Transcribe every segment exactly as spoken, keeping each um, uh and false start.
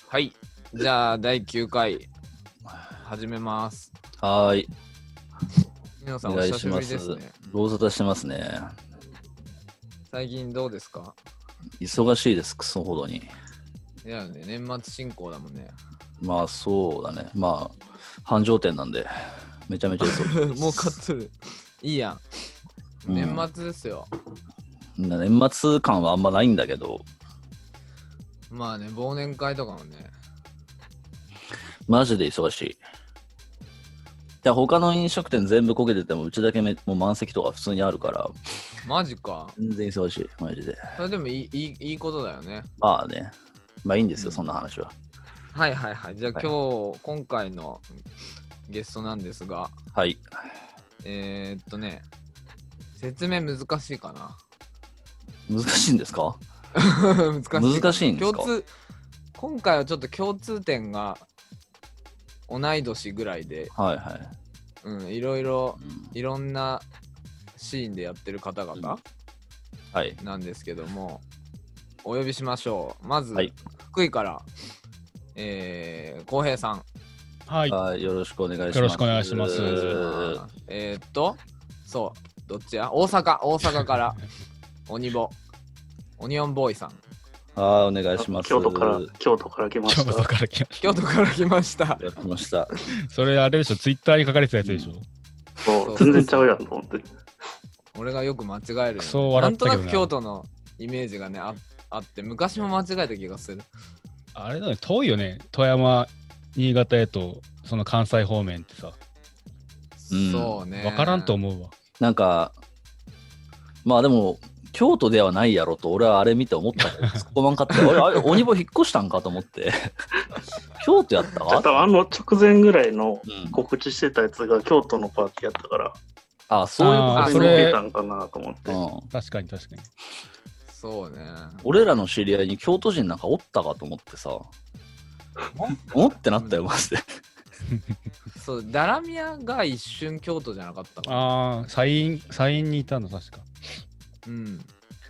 はい。じゃあだいきゅうかい始めます。 はーい。 皆さんお久しぶりですね。 ご無沙汰してますね。 最近どうですか？ 忙しいです、クソほどに。 いやね、年末進行だもんね。 まあそうだね。まあ、繁盛店なんで、めちゃめちゃ忙しいです。 もう買ってる。いいやん。年末ですよ。 うん、年末感はあんまないんだけど。 まあね、忘年会とかもね。 マジで忙しい。じゃあ他の飲食店全部こけててもうちだけめもう満席とか普通にあるから。 マジか。 全然忙しい、マジで。 それでもいい、いい、いいことだよね。 まあね。まあいいんですよ、 うん、 そんな話は。 はいはいはい。じゃあ今日、 はい、 今回のゲストなんですが。 はい。 えー、っとね、説明難しいかな。 難しいんですか？ 難しい。 難しいんですか？ 共通、今回はちょっと共通点が同い年ぐらいで、 はいはい。 うん、いろいろ、 うん、 いろんなシーンでやってる方々、うん、 はい、 なんですけども、お呼びしましょう。まず、 はい、 福井から、えー、浩平さん。 はい、はい、よろしくお願いします。 よろしくお願いします。 えー、っと、そう、どっちや？大阪、大阪から鬼ボ、オニオンボーイさん。 はい、お願いします。 京都から、京都から来ました。 京都から来ました。 京都から来ました。 やってました。 それあれでしょ、ツイッターに書かれてたやつでしょ。 そう、全然ちゃうやんと思って。 俺がよく間違える。 そう笑ったけどな。 なんとなく京都のイメージがね、あ, あって、昔も間違えた気がする。 あれだね、遠いよね。富山、新潟へと、その関西方面ってさ。 うん、そうね。 わからんと思うわ。 なんか、まあでも、京都ではないやろと俺はあれ見て思ったけど、突っ込まんかった。俺、あれ、鬼坊引っ越したんかと思って。京都やったわ。 ちょっとあの直前ぐらいの告知してたやつが京都のパーティーやったから、 うん、あ、そういうことそれ見たんかなと思って、 うん。確かに確かに。 そうね。 俺らの知り合いに京都人なんかおったかと思ってさ、おってなったよ、マジで。 そう、ダラミヤが一瞬京都じゃなかったかな。 ああ、サイン、サインにいたの確か。 うん。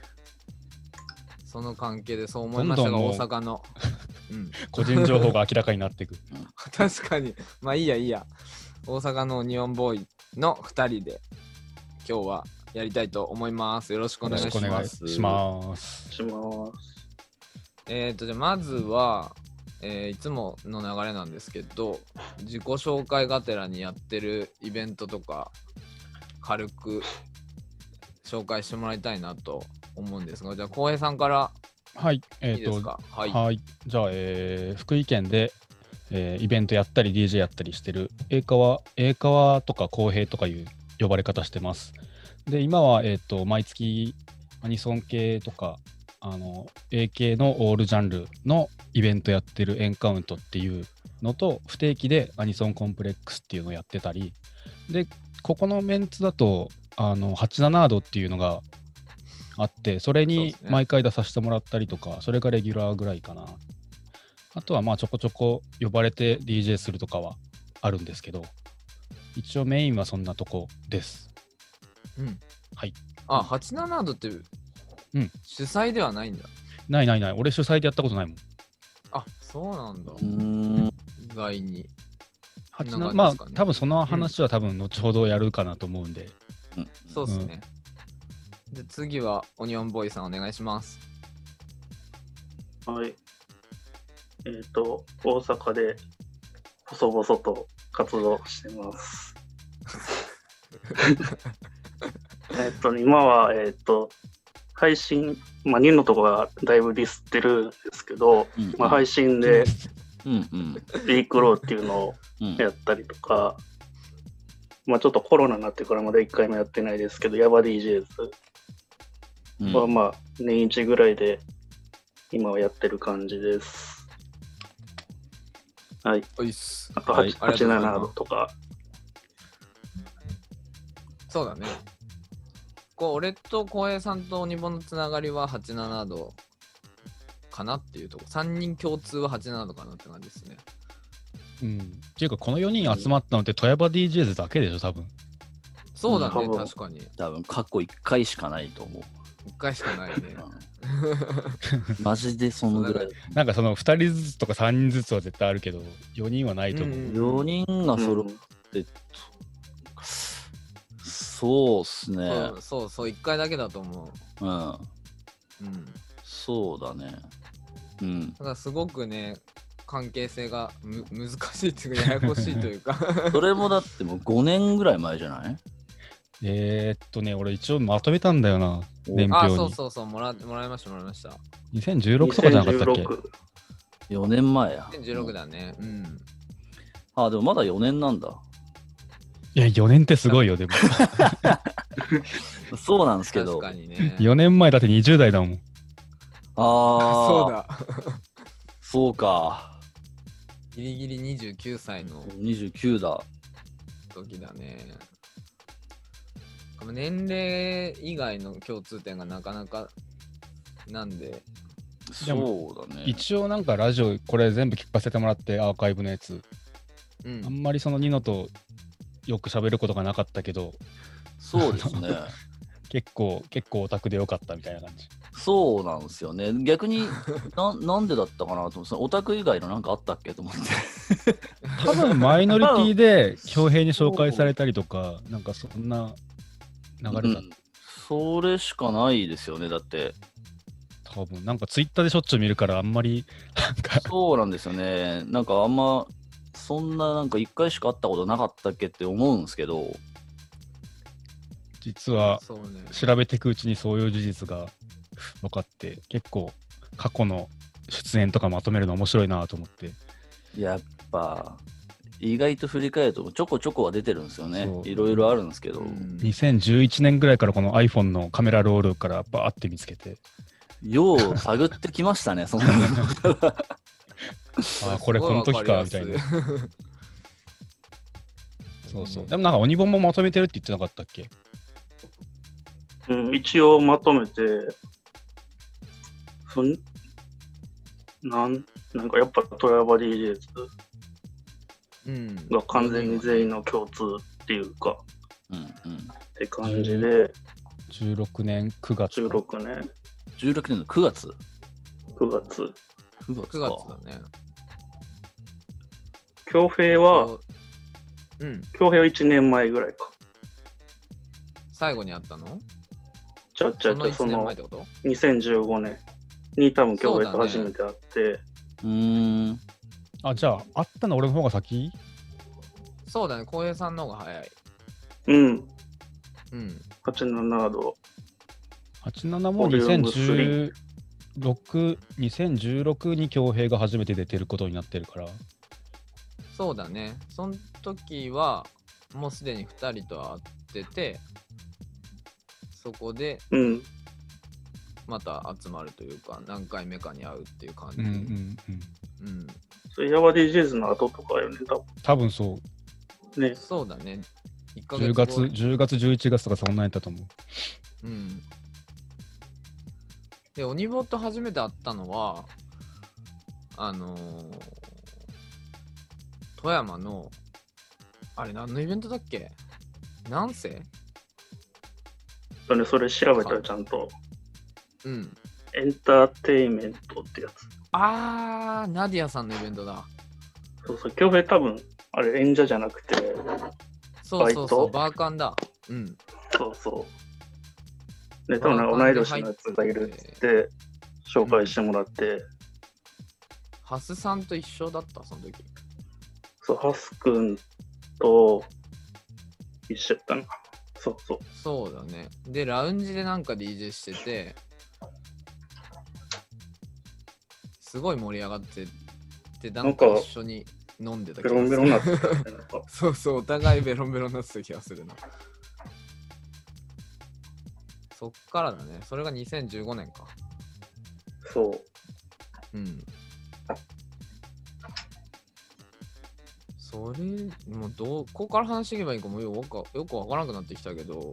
その関係でそう思いましたが、大阪の、 うん、個人情報が明らかになっていく。 確かに。まあいいやいいや。大阪のオニオンボーイのふたりで今日はやりたいと思います。よろしくお願いします。 よろしくお願いします。 します。 えっとじゃあまずは、えー、いつもの流れなんですけど、自己紹介がてらにやってるイベントとか軽く紹介してもらいたいなと思うんですが、じゃあ浩平さんからはい、えー、といいですか？はい、 はい、じゃあ、えー、福井県で、えー、イベントやったり ディージェー やったりしてる英川英川とか浩平とかいう呼ばれ方してます。で今は、えー、と毎月アニソン系とかあの エー 系のオールジャンルのイベントやってるエンカウントっていうのと、不定期でアニソンコンプレックスっていうのをやってたりで、ここのメンツだとあのはちじゅうななどっていうのがあって、それに毎回出させてもらったりとか、 そ, ね、それがレギュラーぐらいかな。あとはまあちょこちょこ呼ばれて ディージェー するとかはあるんですけど、一応メインはそんなとこです。 うん、 はい。 あ、はちじゅうななどって、うん、主催ではないんだ。 ないないない、俺主催でやったことないもん。 あ、そうなんだ。 うーん、 意外に。 はちじゅうなな、まあ多分その話は多分後ほどやるかなと思うんで、 うん、そうですね。うん、で次はオニオンボーイさんお願いします。 はい。えっ、ー、と大阪で細々と活動してます。えっと今はえっ、ー、と配信、まあ、にのとこがだいぶディスってるんですけど、うん、まあ、配信でビークローっていうのをやったりとか、うん、まあちょっとコロナになってからまだいっかいもやってないですけど、ヤバ ディージェーズ はまあ年一ぐらいで今はやってる感じです。はい。あとはちじゅうななどとか。 そうだね。こう俺と浩平さんと鬼本のつながりははちじゅうななどかなっていうところ、さんにん共通ははちじゅうななどかなって感じですね。 うん。っていうかこのよにん集まったのって富山 ディージェーズ だけでしょ多分。 そうだね、うん、確かに。 多分過去いっかいしかないと思う。 いっかいしかないね。 マジでそのぐらい。 なんかそのふたりずつとかさんにんずつは絶対あるけど、よにんはないと思う。 うんよにんが揃って、うん、そうっすね。 そうそうそう、いっかいだけだと思う。うん。 うん。 そうだね。うん。 だからすごくね、関係性がむ難しいっていうか、ややこしいというか。 それもだってもうごねんぐらい前じゃない？ えー、っとね、俺一応まとめたんだよな、年表に。 あ、そうそうそう、もらもらいました、もらいました。 にせんじゅうろくとかじゃなかったっけ？ よねんまえや。 にせんじゅうろくだね。うん。 あ、でもまだよねんなんだ。 いや、よねんってすごいよ、でも。 そうなんですけど。 確かにね。 よねんまえだってにじゅう代だもん。 ああ。 そうだ。 そうか。 ギリギリにじゅうきゅうさいのにじゅうきゅうだ。 時だね。年齢以外の共通点がなかなかなんで。 そうだね。 一応なんかラジオこれ全部聞かせてもらってアーカイブのやつ。うん、あんまりそのニノとよく喋ることがなかったけど。 そうですね。 結構結構オタクでよかったみたいな感じ。 そうなんですよね。逆に な, なんでだったかなと思って、オタク以外のなんかあったっけと思って。 多分マイノリティで恭平に紹介されたりとか、なんかそんな流れだった、うん。 それしかないですよね、だって。 多分なんかツイッターでしょっちゅう見るからあんまりなんか。そうなんですよね。なんかあんまそんななんか一回しか会ったことなかったっけって思うんですけど。 実は調べていくうちにそういう事実が分かって結構過去の出演とかまとめるの面白いなと思って。 やっぱ意外と振り返るとちょこちょこは出てるんですよね。いろいろあるんですけど、 にせんじゅういちねんぐらいからこの iPhone のカメラロールからバーって見つけてよう探ってきましたね。そんなあこれこの時かみたいな。そうそう。でもなんか鬼本もまとめてるって言ってなかったっけ？ うん、一応まとめて、そんなん、なんかやっぱ富山 ディージェーズが完全に全員の共通っていうか、うんうん、って感じで、 じゅうろくねんくがつ。 じゅうろくねん。 じゅうろくねんのくがつ ? くがつ。 くがつか。 くがつだね。 恭平は、うん。恭平はいちねんまえぐらいか。 最後にあったの？ ちゃっちゃっちゃそのにせんじゅうごねんに多分恭平と初めて会って、う、ね、 うーん。 あ、じゃあ会ったの俺の方が先？ そうだね、浩平さんの方が早い。 うん。 うん。 はちじゅうなな度。 はちじゅうななもにせんじゅうろく、にせんじゅうろくに恭平が初めて出てることになってるから。 そうだね。その時はもうすでにふたりと会ってて、そこでまた集まるというか、何回目かに会うっていう感じ。うんうんうん。うん。 それヤバ ディージェーズの後とかよね、多分。 多分そう。 ね。そうだね。いっかげつじゅうがつ、じゅうがつ、じゅういちがつとかそんなやったと思う。 うん。で、鬼ボット初めて会ったのは、あのー、富山の、あれ何のイベントだっけ？何世？ それ調べたらちゃんと、 うん、 エンターテイメントってやつ。 あー、ナディアさんのイベントだ。 そうそう、恭平多分、あれ演者じゃなくて、 そうそうそう、バーカンだ。うん。 そうそう。で、多分同い年のやつがいるって紹介してもらって、うん。 ハスさんと一緒だった、その時。 そう、ハスくんと一緒やったのか。そうそう。 そうだね。で、ラウンジでなんか ディージェー してて、すごい盛り上がってて、なんか一緒に飲んでた気がする。 ベロンベロンになってた、ね。 そうそう、お互いベロンベロンになってた気がするな。そっからだね。それがにせんじゅうごねんか。 そう。 うん。それ、もうどこから話していけばいいかもよくよくわからなくなってきたけど、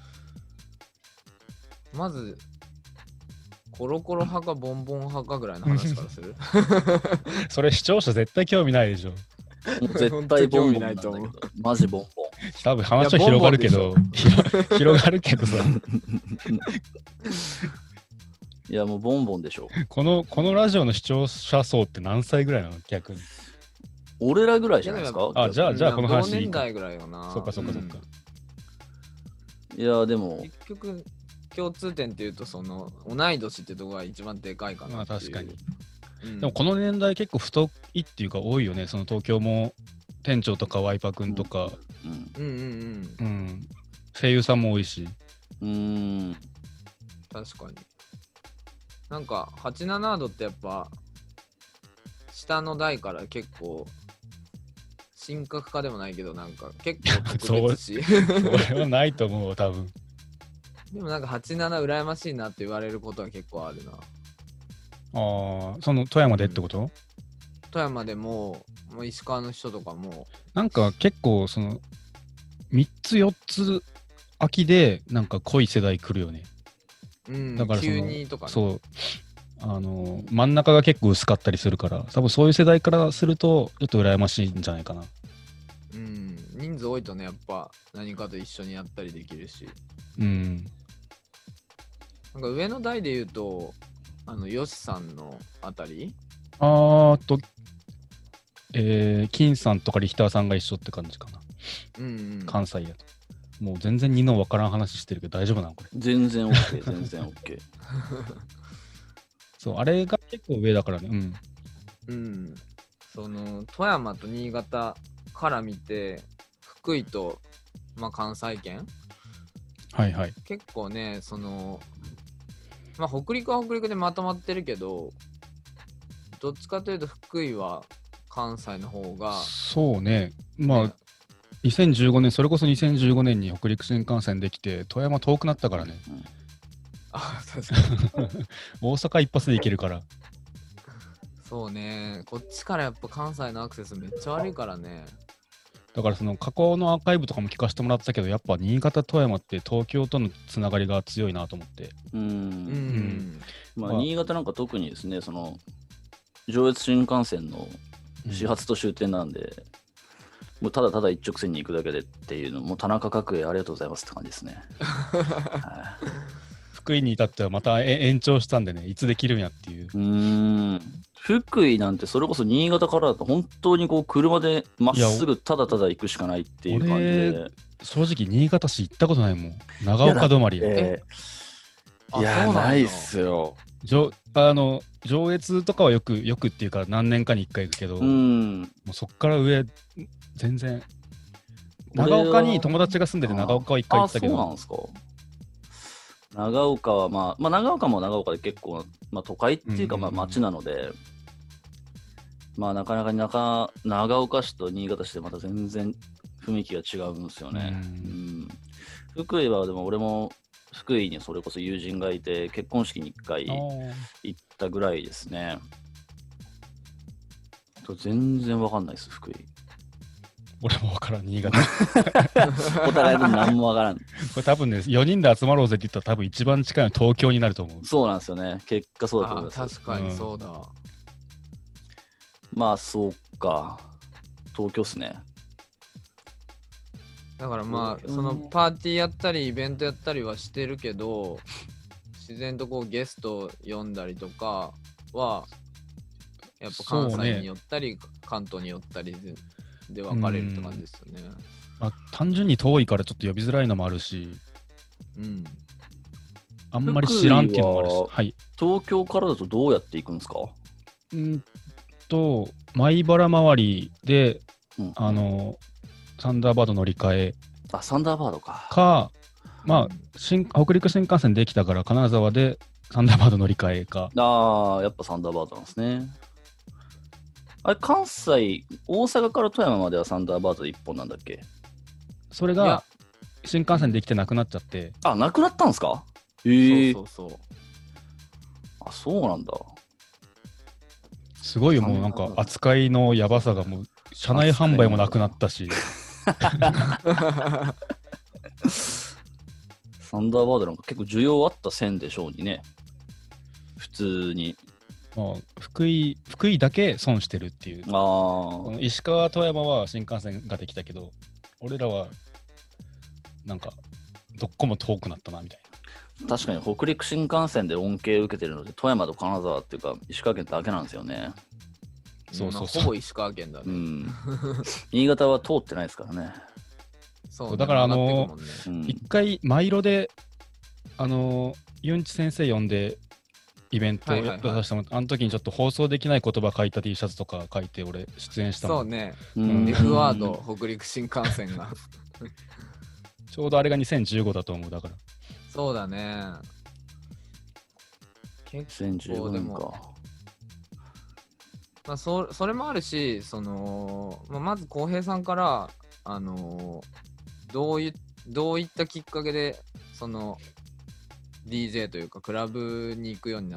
まず、コロコロ派かボンボン派かぐらいの話からする。 それ視聴者絶対興味ないでしょ。 絶対ボンボンなんだけど、マジボンボン。 多分話は広がるけど、広がるけどさ。 いやもうボンボンでしょ。 このこのラジオの視聴者層って何歳ぐらいなの逆に。 俺らぐらいじゃないですか。 あ、じゃあじゃあこの話いいか。 同年代ぐらいよな。 そっかそっかそっか。 うん、いやでも結局共通点っていうとその同い年ってとこが一番でかいかなっていう。 まあ確かに。 うん、 でもこの年代結構太いっていうか多いよね。その東京も店長とかワイパくんとか、 うん、うんうんうんうん、声優さんも多いし。 うーん。 確かに。なんかはちじゅうなな度ってやっぱ下の代から結構神格化でもないけどなんか結構特別しそれはないと思う多分。 でもなんかはちじゅうなな羨ましいなって言われることは結構あるな。 ああ、その富山でってこと、うん、 富山でも、もう石川の人とかも。なんか結構そのみっつよっつ秋でなんか濃い世代来るよね。 うん、 だからその急にとかね。 そう。あの真ん中が結構薄かったりするから多分そういう世代からするとちょっと羨ましいんじゃないかな。 うん、人数多いとねやっぱ何かと一緒にやったりできるし。 うん。 なんか上の代で言うとあのヨシさんのあたりあーとえー、金さんとかリヒターさんが一緒って感じかな。 うん、うん、 関西やと。もう全然二の分からん話してるけど大丈夫なのこれ。 全然 OK 全然 OK そうあれが結構上だからね。うん、 うん、その富山と新潟から見て福井と、まあ、関西圏はいはい。 結構ねそのまあ北陸は北陸でまとまってるけどどっちかというと福井は関西の方がそうねまあ、ね、にせんじゅうごねんそれこそにせんじゅうごねんに北陸新幹線できて富山遠くなったからね、うん、 あ確かに大阪一発で行けるからそうねこっちからやっぱ関西のアクセスめっちゃ悪いからね。 だからその加工のアーカイブとかも聞かせてもらったけどやっぱ新潟富山って東京とのつながりが強いなと思ってうん、うん、まあ、 まあ、 新潟なんか特にですねその上越新幹線の始発と終点なんで、うん、もうただただ一直線に行くだけでっていうのもう田中角栄ありがとうございますって感じですね福井に至ってはまた延長したんでねいつできるんやっていう。 うーん福井なんてそれこそ新潟からだと本当にこう車でまっすぐただただ行くしかないっていう感じで正直新潟市行ったことないもん長岡止まりや。 えー、いやないっすよ。 上あの上越とかはよくよくっていうか何年かにいっかい行くけど、うん、もうそっから上全然長岡に友達が住んでて長岡はいっかい行ったけど。 あ、そうなんですか。長岡はまあ、まあ、長岡も長岡で結構、まあ、都会っていうかまあ町なので、うんうんうん、まあなかなか中長岡市と新潟市でまた全然雰囲気が違うんですよね、うんうん、福井はでも俺も福井にそれこそ友人がいて結婚式にいっかい行ったぐらいですね。全然わかんないです福井。 俺もわからん新潟お互いで何もわからん。これ多分ねよにんで集まろうぜって言ったら多分一番近いのは東京になると思う。 そうなんですよね結果そうだと思います。 確かにそうだ、うん、 まあそうか東京っすね。 だからまあそのパーティーやったりイベントやったりはしてるけど自然とこうゲスト呼んだりとかはやっぱ関西に寄ったり、ね、関東に寄ったりでで分かれるって感じですよね。 あ単純に遠いからちょっと呼びづらいのもあるし、 うん、 あんまり知らんっていうのもあるし、はい、 東京からだとどうやって行くんですか？ うんと米原周りで、うん、あのサンダーバード乗り換えあサンダーバードかかまあ新北陸新幹線できたから金沢でサンダーバード乗り換えか。 ああやっぱサンダーバードなんですね。あれ関西大阪から富山まではサンダーバードでいっぽんなんだっけ？ それが新幹線できてなくなっちゃって。 あなくなったんですか？えー、 そうそうそう。 あそうなんだ。 すごいよもうなんか扱いのやばさがもう車内販売もなくなったしサンダーバードなんか結構需要あった線でしょうにね普通に。 まあ、福井福井だけ損してるっていう。 あ石川富山は新幹線ができたけど俺らはなんかどっこも遠くなったなみたいな。 確かに北陸新幹線で恩恵を受けてるので富山と金沢っていうか石川県だけなんですよね。 そうそうそう。 ほぼ石川県だね。 うん、新潟は通ってないですからね。 そう、 そうだからあのうん、 一回マイロであのユンチ先生呼んでイベント出させてもらって、あの時にちょっと放送できない言葉書いた T シャツとか書いて俺出演したの。 そうね、 うん、 F ワード北陸新幹線がちょうどあれがにせんじゅうごだと思う。だからそうだね。結構でもまあ、そ, それもあるし、その、まあ、まず浩平さんからあのどういどういったきっかけでその ディージェー というかクラブに行くようになって、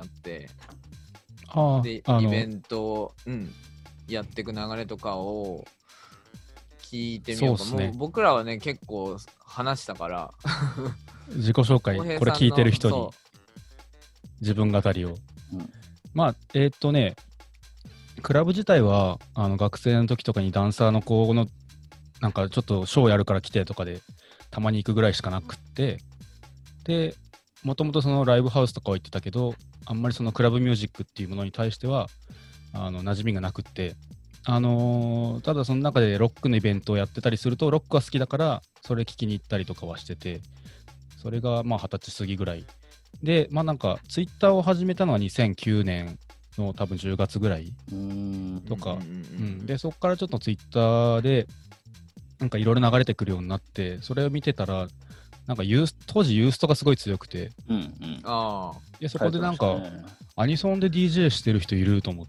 あであイベントを、うん、やっていく流れとかを聞いてみようか。 そうっすね、 もう僕らはね結構話したから自己紹介これ聞いてる人に自分語りを、うん、まあえー、っとねクラブ自体はあの学生の時とかにダンサーの子のなんかちょっとショーやるから来てとかでたまに行くぐらいしかなくって、でもともとそのライブハウスとかは行ってたけど、あんまりそのクラブミュージックっていうものに対してはあの馴染みがなくって、あのー、ただその中でロックのイベントをやってたりするとロックが好きだからそれ聞きに行ったりとかはしてて、それがまあはたち過ぎぐらいで、まあなんかツイッターを始めたのはにせんきゅうねんの多分じゅうがつぐらいとか、うんうん、でそこからちょっとツイッターでなんかいろいろ流れてくるようになって、それを見てたらなんかユース当時ユーストがすごい強くて、 うんうん、 あでそこでなんか、ね、アニソンで ディージェー してる人いると思って、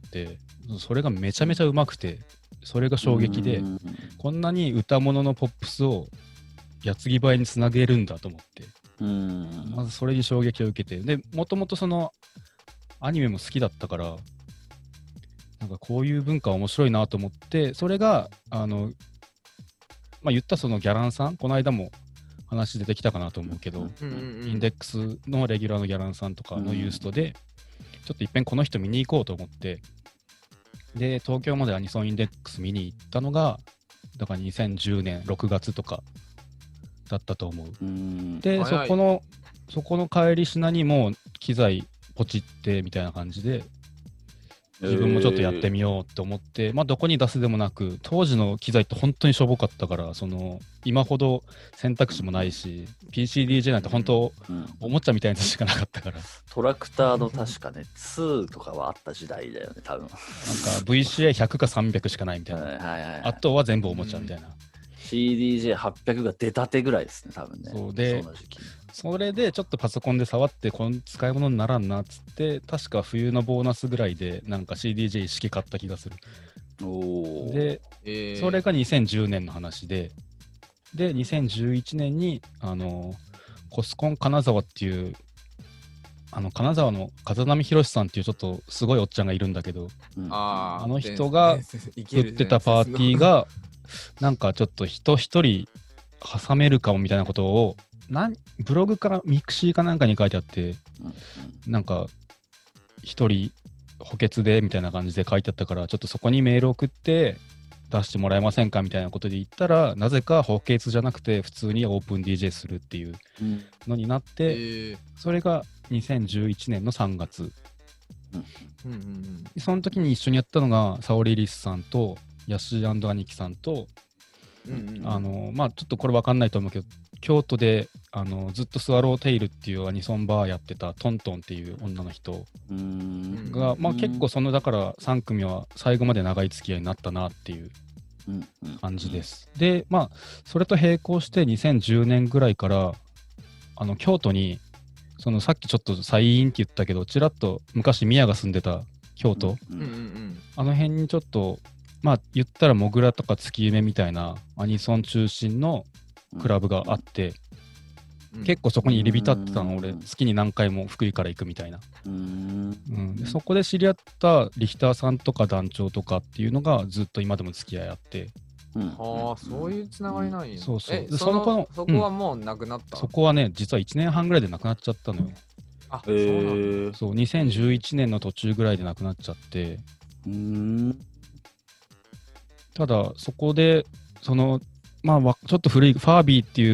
それがめちゃめちゃうまくて、それが衝撃で、こんなに歌物のポップスを矢継ぎ早につなげるんだと思って、 うんまずそれに衝撃を受けて、でもともとそのアニメも好きだったから、なんかこういう文化面白いなと思って、それがあのまあ言ったそのギャランさん、この間も話出てきたかなと思うけど、 うんうんうん、 インデックスのレギュラーのギャランさんとかのユーストで、ちょっといっぺんこの人見に行こうと思って、で東京までアニソンインデックス見に行ったのがだからにせんじゅうねんろくがつとかだったと思う。 うんでそこのそこの帰りしなにも機材ポチってみたいな感じで、自分もちょっとやってみようって思って、えー、まあどこに出すでもなく、当時の機材って本当にしょぼかったから、その今ほど選択肢もないし、ピーシーディージェー なんて本当、うん、おもちゃみたいなやつしかなかったから、 トラクターの確かねにとかはあった時代だよね多分。なんかブイシーエーひゃく かさんびゃくしかないみたいな、はいはいはい、あとは全部おもちゃみたいな、うん、 シーディージェーはっぴゃく が出たてぐらいですね多分ね。 そうで、その時期それでちょっとパソコンで触ってこの使い物にならんなっつって、確か冬のボーナスぐらいでなんか シーディージェー 一式買った気がする。 おで、えー、それがにせんじゅうねんの話で、でにせんじゅういちねんにあのコスコン金沢っていうあの金沢の風波博さんっていうちょっとすごいおっちゃんがいるんだけど、うん、あの人が売ってたパーティーがなんかちょっと人一人挟めるかもみたいなことをなんブログかミクシーかなんかに書いてあって、うん、なんか一人補欠でみたいな感じで書いてあったから、ちょっとそこにメール送って出してもらえませんかみたいなことで言ったら、なぜか補欠じゃなくて普通にオープン ディージェー するっていうのになって、うんえー、それがにせんじゅういちねんのさんがつ、うんうんうん、その時に一緒にやったのがサオリリスさんとヤシー&兄貴さんと、うんうん、あのまあちょっとこれ分かんないと思うけど、京都であのずっとスワローテイルっていうアニソンバーやってたトントンっていう女の人が、まあ、結構そのだからさん組は最後まで長い付き合いになったなっていう感じです。でまあそれと並行してにせんじゅうねんぐらいからあの京都にそのさっきちょっとサインって言ったけど、ちらっと昔ミヤが住んでた京都、うんうんうん、あの辺にちょっとまあ言ったらモグラとか月夢みたいなアニソン中心のクラブがあって、うん、結構そこに入り浸ってたの、俺月に何回も福井から行くみたいな、うんうん、でそこで知り合ったリヒターさんとか団長とかっていうのがずっと今でも付き合いあって、 うん、ああそういうつながりなんや、うん、 そうそうえそのそのそこはもうなくなった、 うん、そこはね実はいちねんはんぐらいでなくなっちゃったのよ。 あ、えー、そうなんだ。 そうにせんじゅういちねんの途中ぐらいでなくなっちゃって、うーんただそこでそのまあちょっと古いファービーっていう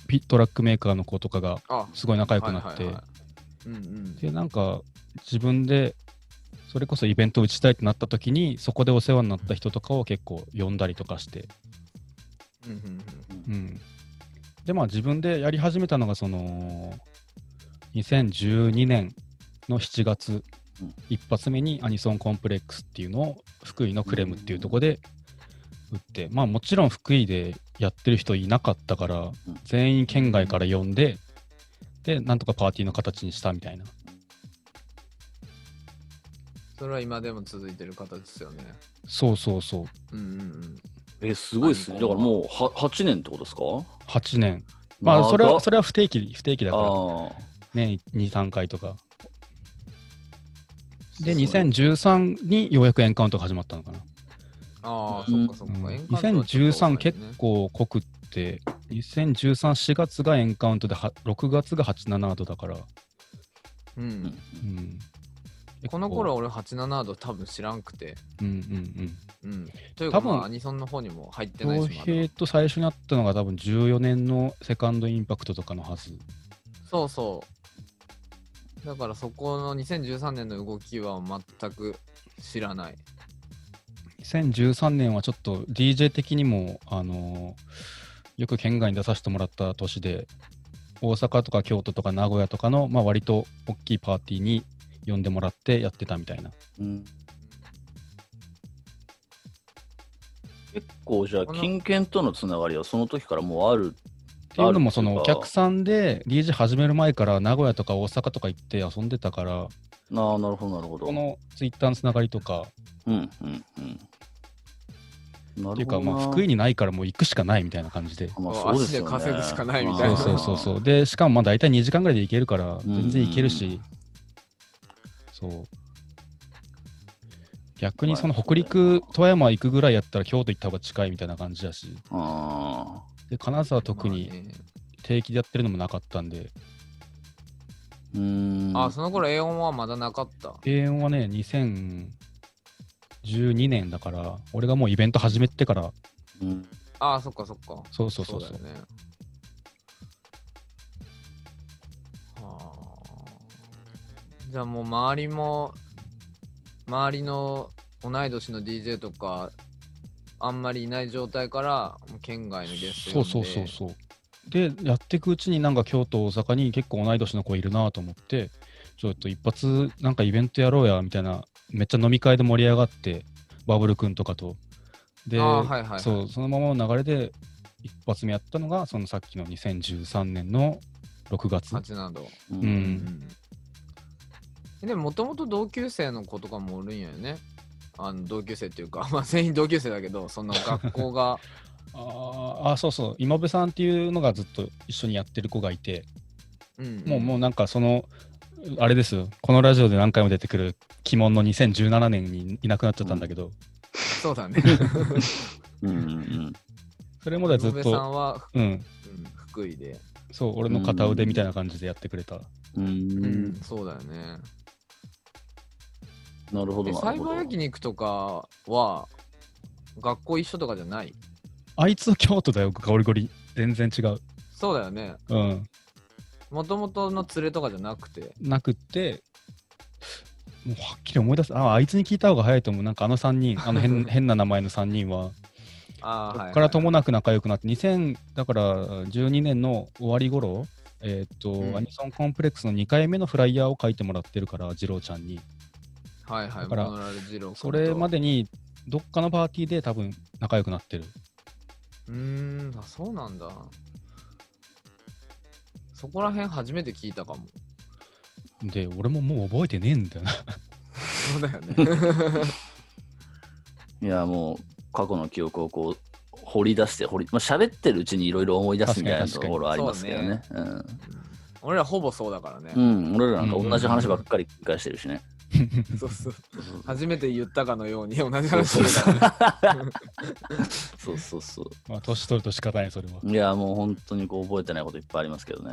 ピトラックメーカーの子とかがあすごい仲良くなって、 はいはいはいうんうん、 でなんか自分でそれこそイベントを打ちたいってなった時にそこでお世話になった人とかを結構呼んだりとかして、 うんうんうん、でまあ自分でやり始めたのがそのにせんじゅうにねんのしちがつ、うん、一発目にアニソンコンプレックスっていうのを福井のクレムっていうところで打って、まあもちろん福井でやってる人いなかったから、うん、全員県外から呼んで、でなんとかパーティーの形にしたみたいな。 それは今でも続いてる形ですよね。 そうそうそう。 うんうんうん。 え、すごいっすね。だからもうははちねんってことですか？ はちねん。まあそれはそれは不定期不定期だから年に、さんかいとか。でにせんじゅうさんにようやくエンカウントが始まったのかな。 ああ、そっかそっか。 うん、にせんじゅうさん結構濃くって、にせんじゅうさんしがつがエンカウントでろくがつがはちじゅうなな度だから。 うん。うんこの頃俺はちじゅうなな度多分知らんくて。うんうんうん。うん。というか、まあ、アニソンの方にも入ってないし。 恭平と最初にあったのが多分じゅうよねんのセカンドインパクトとかのはず。 そうそう。だからそこのにせんじゅうさんねんの動きは全く知らない。 にせんじゅうさんねんはちょっと ディージェー 的にも、あのー、よく県外に出させてもらった年で、大阪とか京都とか名古屋とかの、まあ、割と大きいパーティーに呼んでもらってやってたみたいな、うん、 結構じゃあ金券とのつながりはその時からもうあるっていうのもそのお客さんで ディージェー 始める前から名古屋とか大阪とか行って遊んでたから、ああなるほどなるほどこのツイッターのつながりとか、 うんうんうんっていうかまあ福井にないからもう行くしかないみたいな感じで、 まあ、そうですよね、足で稼ぐしかないみたいな。 そうそうそうそうでしかもまあ大体にじかんぐらいで行けるから全然行けるし、そう逆にその北陸富山行くぐらいやったら京都行った方が近いみたいな感じだし、あで金沢特に定期でやってるのもなかったんで、 うーんあその頃 エーオン はまだなかった。 エーオン はねにせんじゅうにねんだから俺がもうイベント始めてから、 うん、ああそっかそっかそうそうそうそう、そうだよね。 はあじゃあもう周りも周りの同い年の ディージェー とかあんまりいない状態から県外のゲスト呼んで、 そうそうそうそうでやっていくうちになんか京都大阪に結構同い年の子いるなと思ってちょっと一発なんかイベントやろうやみたいなめっちゃ飲み会で盛り上がってバブル君とかとで、はいはいはい、そうそのままの流れで一発目やったのがそのさっきのにせんじゅうさんねんのろくがつはちなど、 うんうんうん、でももともと同級生の子とかもおるんやよね。あの同級生っていうか、まあ、全員同級生だけどその学校がああそうそう今部さんっていうのがずっと一緒にやってる子がいて、うんうん、もうもうなんかそのあれですよこのラジオで何回も出てくる鬼門のにせんじゅうななねんにいなくなっちゃったんだけど、うん、 そうだねうんうん、うん、それまでずっと今部さんは、 うんうん、 福井でそう俺の片腕みたいな感じでやってくれた、 うん、うん、そうだよね。 なるほどなるほど。 サイバー焼肉とかは学校一緒とかじゃない？ あいつは京都だよゴリゴリ全然違う。 そうだよね。うんもともとの連れとかじゃなくてなくってもうはっきり思い出す。ああいつに聞いた方が早いと思う。なんかあのさんにんあの変, 変な名前のさんにんはあそこからともなく仲良くなってにせんだからじゅうにねんの終わり頃えー、っと、うん、アニソンコンプレックスのにかいめのフライヤーを書いてもらってるから次郎ちゃんにはいはい、 だからそれまでにどっかのパーティーで多分仲良くなってる。 うーん、あ、そうなんだ。そこら辺初めて聞いたかも。 で、俺ももう覚えてねえんだよな。 そうだよね。 いや、もう過去の記憶をこう掘り出して掘り、まあ、喋ってるうちにいろいろ思い出すみたいなところありますけどね。ねうん、 俺らほぼそうだからね。 うん、俺らなんか同じ話ばっかり繰り返してるしね。 そうそう初めて言ったかのように同じ話してたね。 そうそうそう。 まあ年取ると仕方ないそれは。 いやもう本当にこう覚えてないこといっぱいありますけどね。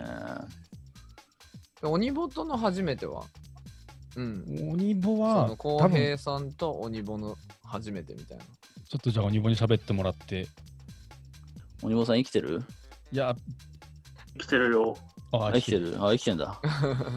鬼ボとの初めては、 うん、鬼ボは浩平さんと鬼ボの初めてみたいな。 ちょっとじゃあ鬼ボに喋ってもらって。 鬼ボさん生きてる？ いやきてるよ。 あ、 生きてる。あ、生きてんだ。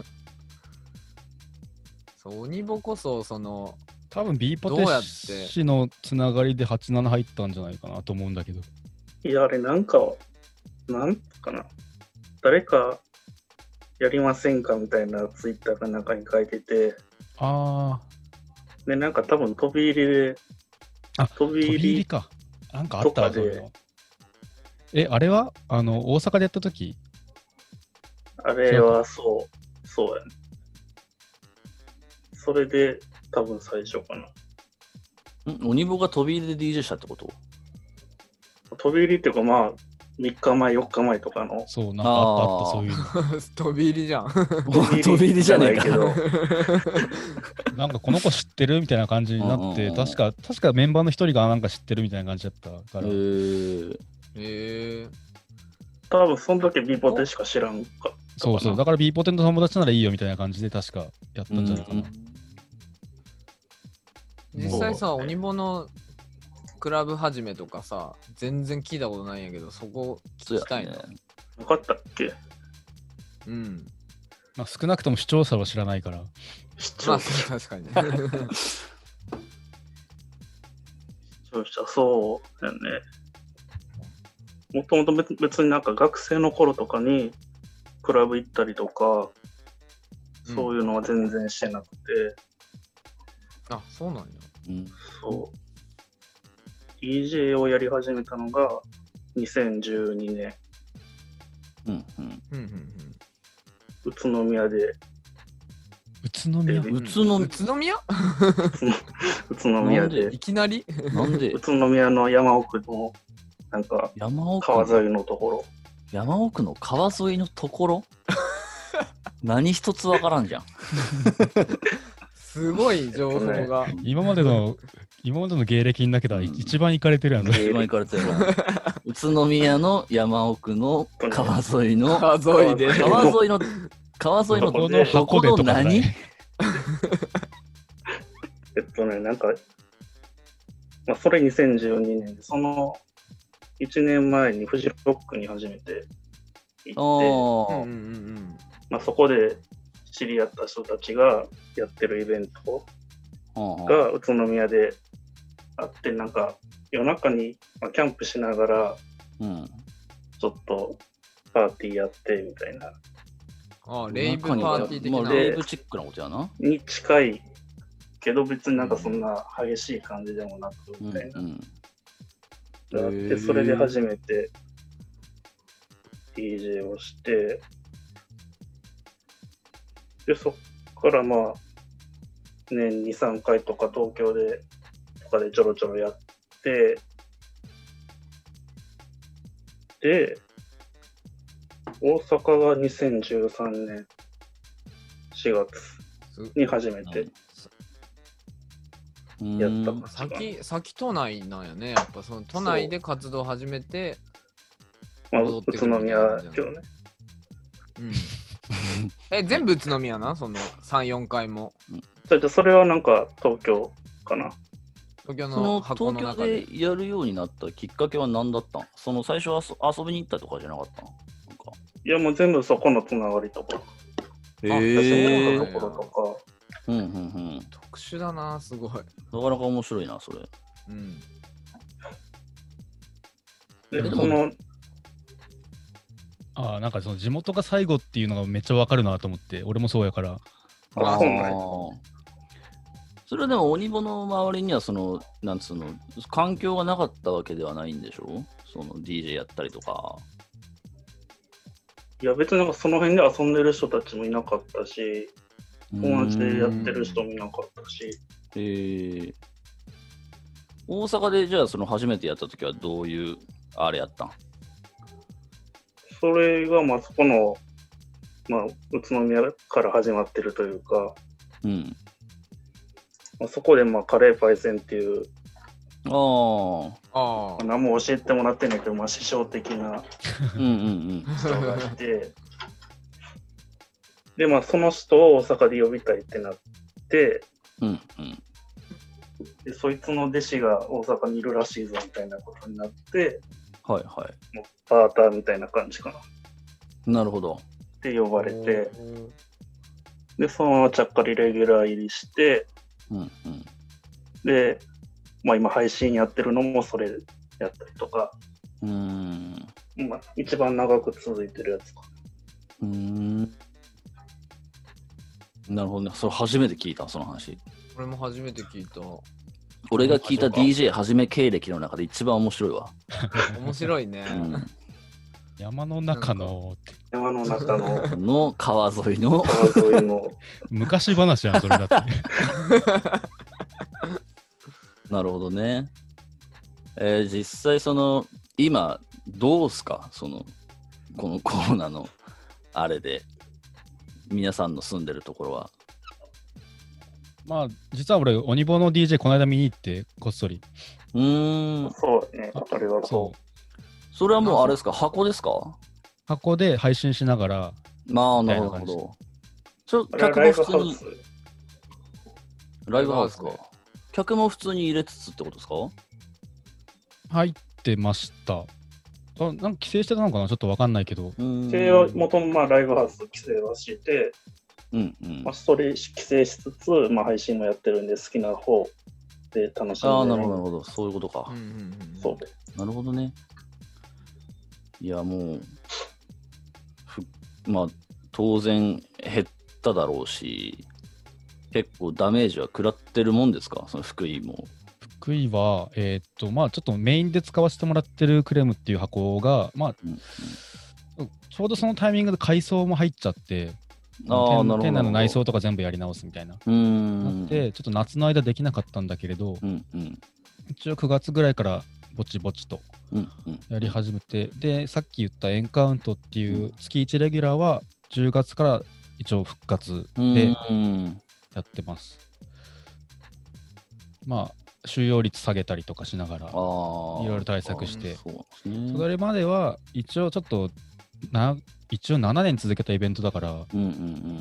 そう、鬼ボこそ、その、 多分 B ポテどうやって氏のつながりではちじゅうなな入ったんじゃないかなと思うんだけど。 いや、あれなんか、なんかな。誰かやりませんかみたいなツイッターかなんかに書いてて、 あで、なんか多分飛び入りで、 あ、 飛び飛び入入りりか。なんかあったわ、 とかでそういうの。え、あれはあの、大阪でやったときあれはそう、そうやね。それで多分最初かな。 ん鬼棒が飛び入りで ディージェー したってこと？ 飛び入りっていうかまあ、みっかまえ、よっかまえとかの。 そう、なんかあったあった、そういうの。 飛び入りじゃん。 飛び入りじゃねえかないけど、 なんかこの子知ってるみたいな感じになって、 うんうんうん確か、確かメンバーの一人がなんか知ってるみたいな感じだったかへら。 ー。 へえ。 多分その時 B ポテしか知らんかったかな。 そうそう、だから B ポテンの友達ならいいよみたいな感じで確かやったんじゃないかな。 実際さ、 もう鬼ボのクラブ始めとかさ、全然聞いたことないんやけど、そこ聞きたいな。 そうやねよかったっけ？ うん。 まあ、少なくとも視聴者は知らないから。 まあ、 視聴者、 確かにね。 視聴者、そうだよね。もともと別別になんか学生の頃とかにクラブ行ったりとか、そういうのは全然してなくて、 あ、そうなんや。 うんそう。ディージェー をやり始めたのがにせんじゅうにねん、 うんうんうんうんうん。 宇都宮で、 宇都宮で宇都宇都宮宇都宮でい、きなりなんで宇都宮の山奥のなんか山奥川沿いのところ、 山奥の川沿いのところ何一つわからんじゃん。 すごい情報が。 今までの、今までの芸歴の中では一番行かれてるやん。 うん一番行かれてるな。宇都宮の山奥の川沿いの川沿いで。 川沿いの川沿いのこの箱でとかじゃない何？ えっとね、なんか、まあ、それにせんじゅうにねんで、そのいちねんまえにフジロックに初めて行って、 ああ、 うんうんうんまあ、そこで知り合った人たちがやってるイベントが宇都宮であって、なんか夜中にまあキャンプしながらうん。 ちょっとパーティーやってみたいなああ、レイブパーティー的な。 まあ、レイブチックなことやな。 に近いけど、別になんかそんな激しい感じでもなくみたいな、 うんうんがあっへーて、それで初めて ディージェー をして、でそっからまあ年に、さんかいとか東京でとかでちょろちょろやって、で大阪がにせんじゅうさんねんしがつに初めてうんやったか先、先都内なんやね。やっぱその都内で活動を始めて、 まあ、 戻って宇くるみたいな都宮感じなのけどね。 うん。え、全部宇都宮なそのさん、よんかいも。 それでそれはなんか東京かな。 東京そのの箱東京の中で。 でやるようになったきっかけは何だったん？その最初遊遊びに行ったとかじゃなかったの？なんかいやもう全部そこのつながりとか、 へ私えのところとか、 うんうんうん。 特殊だな、すごい。 なかなか面白いな、それ。 うん。 で、 でもその、 ああ、なんかその地元が最後っていうのがめっちゃわかるなと思って、俺もそうやから。 あ、そうなんや。 それはでも鬼ボの周りにはそのなんつうの環境がなかったわけではないんでしょ？その ディージェー やったりとか。 いや別になんかその辺で遊んでる人たちもいなかったし、友達でやってる人もいなかったし、 へー。大阪でじゃあその初めてやった時はどういうあれやったん？ それがまあそこの、まあ、宇都宮から始まってるというか、 うん。 まあ、そこでまあカレーパイセンっていう、 ああ。 あまあ、何も教えてもらってないけど、まあ、師匠的なうんうん人がいて、で、まあ、その人を大阪で呼びたいってなって、 うん。うんうん。 でそいつの弟子が大阪にいるらしいぞみたいなことになって、 はいはい。 もうバーターみたいな感じかな。 うなるほど。 で呼ばれて、で、そのままちゃっかりレギュラー入りして、 うんうん、 で、まあ今配信やってるのもそれやったりとか、 うーん、 まあ、一番長く続いてるやつか。 うーん。なるほどね。それ初めて聞いた、その話。 俺も初めて聞いた。 俺が聞いた ディージェー はじめ経歴の中で一番面白いわ。 面白いね。 うん、 山の中の山の中のの川沿いの川沿いの昔話やん、それだって。 なるほどね。えー、実際その今どうすか、そのこのコロナのあれで皆さんの住んでるところは。 まあ実は俺鬼棒の ディージェー この間見に行ってこっそり。 うーん。 そうね、あれはそう。 それはもうあれですか、箱ですか？ 箱で配信しながら。 まあなるほど。ちょ客も普通にライブハウスか。客も普通に入れつつってことですか？ 入ってました。あ、なんか規制してたのかな、ちょっとわかんないけど。 規制は元のまあライブハウス規制はして、 うんうんまあ、それ規制しつつ、まあ、配信もやってるんで好きな方で楽しんで、ね。 ああ、なるほど、なるほど。そういうことか。 うんうんうん、 そうで。 なるほどね。いや、もう、ふまあ、当然減っただろうし、結構ダメージは食らってるもんですか、その福井も。 福井は、えー、っと、まあ、ちょっとメインで使わせてもらってるクレムっていう箱が、まあ、うんうん、ちょうどそのタイミングで改装も入っちゃって、 あ店, 店内の内装とか全部やり直すみたいな。 うーんなってちょっと夏の間できなかったんだけれど、 うんうん、 一応くがつぐらいからぼちぼちとやり始めて、うんうん、でさっき言ったエンカウントっていう月いちレギュラーはじゅうがつから一応復活でやってます。まあ収容率下げたりとかしながらいろいろ対策して、そ, ね、それまでは一応ちょっとな一応ななねん続けたイベントだから、うんうんうん、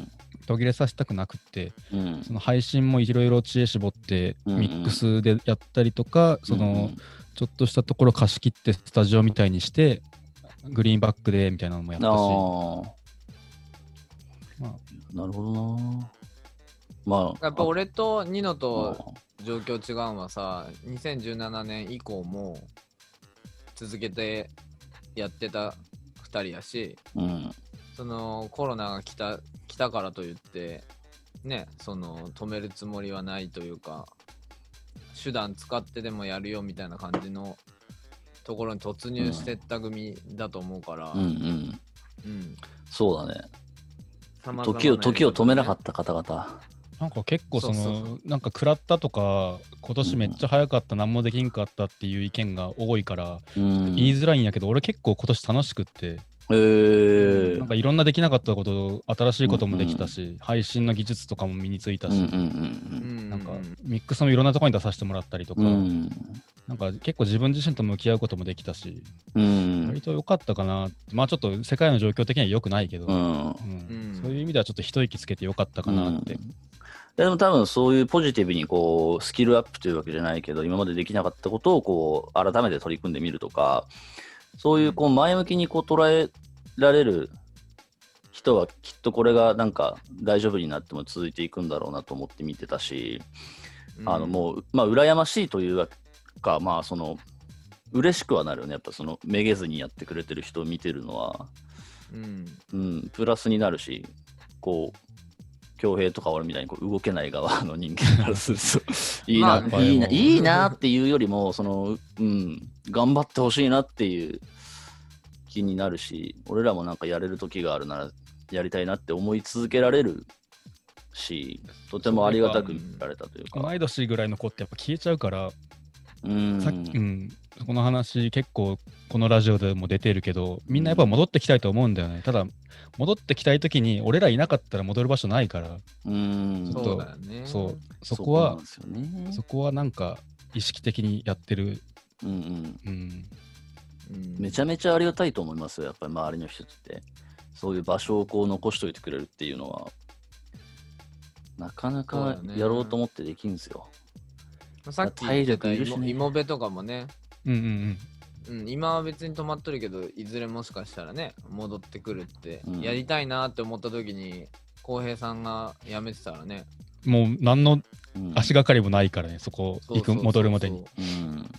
途切れさせたくなくって、うん、その配信もいろいろ知恵絞ってミックスでやったりとか、うんうん、そのちょっとしたところ貸し切ってスタジオみたいにしてグリーンバックでみたいなのもやったし、 あ、まあ、なるほどな。まあやっぱ俺とニノと状況違うんはさ、にせんじゅうななねん以降も続けてやってたふたりやし、うん、そのコロナが来た来たからといってね、その止めるつもりはないというか、手段使ってでもやるよみたいな感じのところに突入してった組だと思うから、うんうんうんうん、そうだね。時を時を止めなかった方々。 なんか結構そのそうそうそうなんか食らったとか今年めっちゃ早かった、うん、何もできんかったっていう意見が多いから、うん、言いづらいんやけど、俺結構今年楽しくって、 えー、 なんかいろんなできなかったこと新しいこともできたし、うんうん、配信の技術とかも身についたし、うんうんうん、なんかミックスもいろんなところに出させてもらったりとか、うん、なんか結構自分自身と向き合うこともできたし、うん、割と良かったかな。まあちょっと世界の状況的には良くないけど、うんうん、そういう意味ではちょっと一息つけて良かったかなって、うん、 でも多分そういうポジティブにこうスキルアップというわけじゃないけど、今までできなかったことをこう改めて取り組んでみるとか、そういうこう前向きにこう捉えられる人はきっとこれがなんか大丈夫になっても続いていくんだろうなと思って見てたし、うん、あのもうまあ羨ましいというか、まあその嬉しくはなるよね。やっぱそのめげずにやってくれてる人を見てるのは、うんうん、プラスになるし、こう恭平とか俺みたいにこう動けない側の人間からするといいな、まあ、いいな、いいなっていうよりも、その、うん、頑張ってほしいなっていう気になるし、俺らもなんかやれる時があるならやりたいなって思い続けられるし、とてもありがたく見られたというか。 同い年ぐらいの子ってやっぱ消えちゃうから、うん、さっき、うん、この話結構このラジオでも出てるけど、みんなやっぱ戻ってきたいと思うんだよね。ただ戻ってきたいときに俺らいなかったら戻る場所ないから、 うん、 ちょっとそうだよね。 そう、そこは そ, うなんですよね。そこはなんか意識的にやってる、うんうんうんうん、めちゃめちゃありがたいと思いますよ。やっぱり周りの人ってそういう場所をこう残しといてくれるっていうのはなかなかやろうと思ってできるんですよ。 さっき言ってたイモベとかもね、 うんうんうん、 うん、今は別に止まっとるけど、いずれもしかしたらね、戻ってくるって、 うんやりたいなって思った時に、浩平さんが辞めてたらね。 もう何のうん足がかりもないからね、そこ行く、戻るまでに。 うん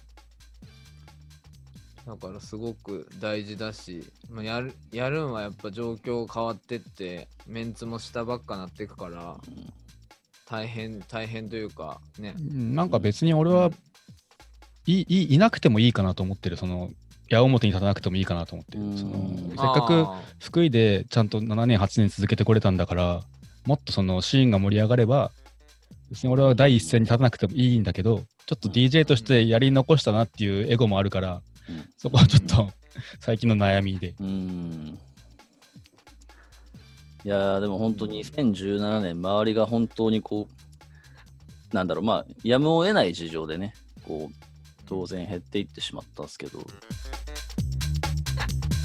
だからすごく大事だし、まあ、やるやるんはやっぱ状況変わってってメンツも下ばっかなっていくから大変大変というかね。 うんなんか別に俺は、いいいなくてもいいかなと思ってる。その矢面に立たなくてもいいかなと思ってる。 うんそのせっかくあ福井でちゃんとななねんはちねん続けてこれたんだから、もっとそのシーンが盛り上がれば別に俺は第一線に立たなくてもいいんだけど、ちょっと ディージェー としてやり残したなっていうエゴもあるから、 うんそこはちょっと最近の悩みで。 うんいやーでも本当ににせんじゅうななねん周りが本当にこうなんだろうまあやむを得ない事情でねこう当然減っていってしまったんですけど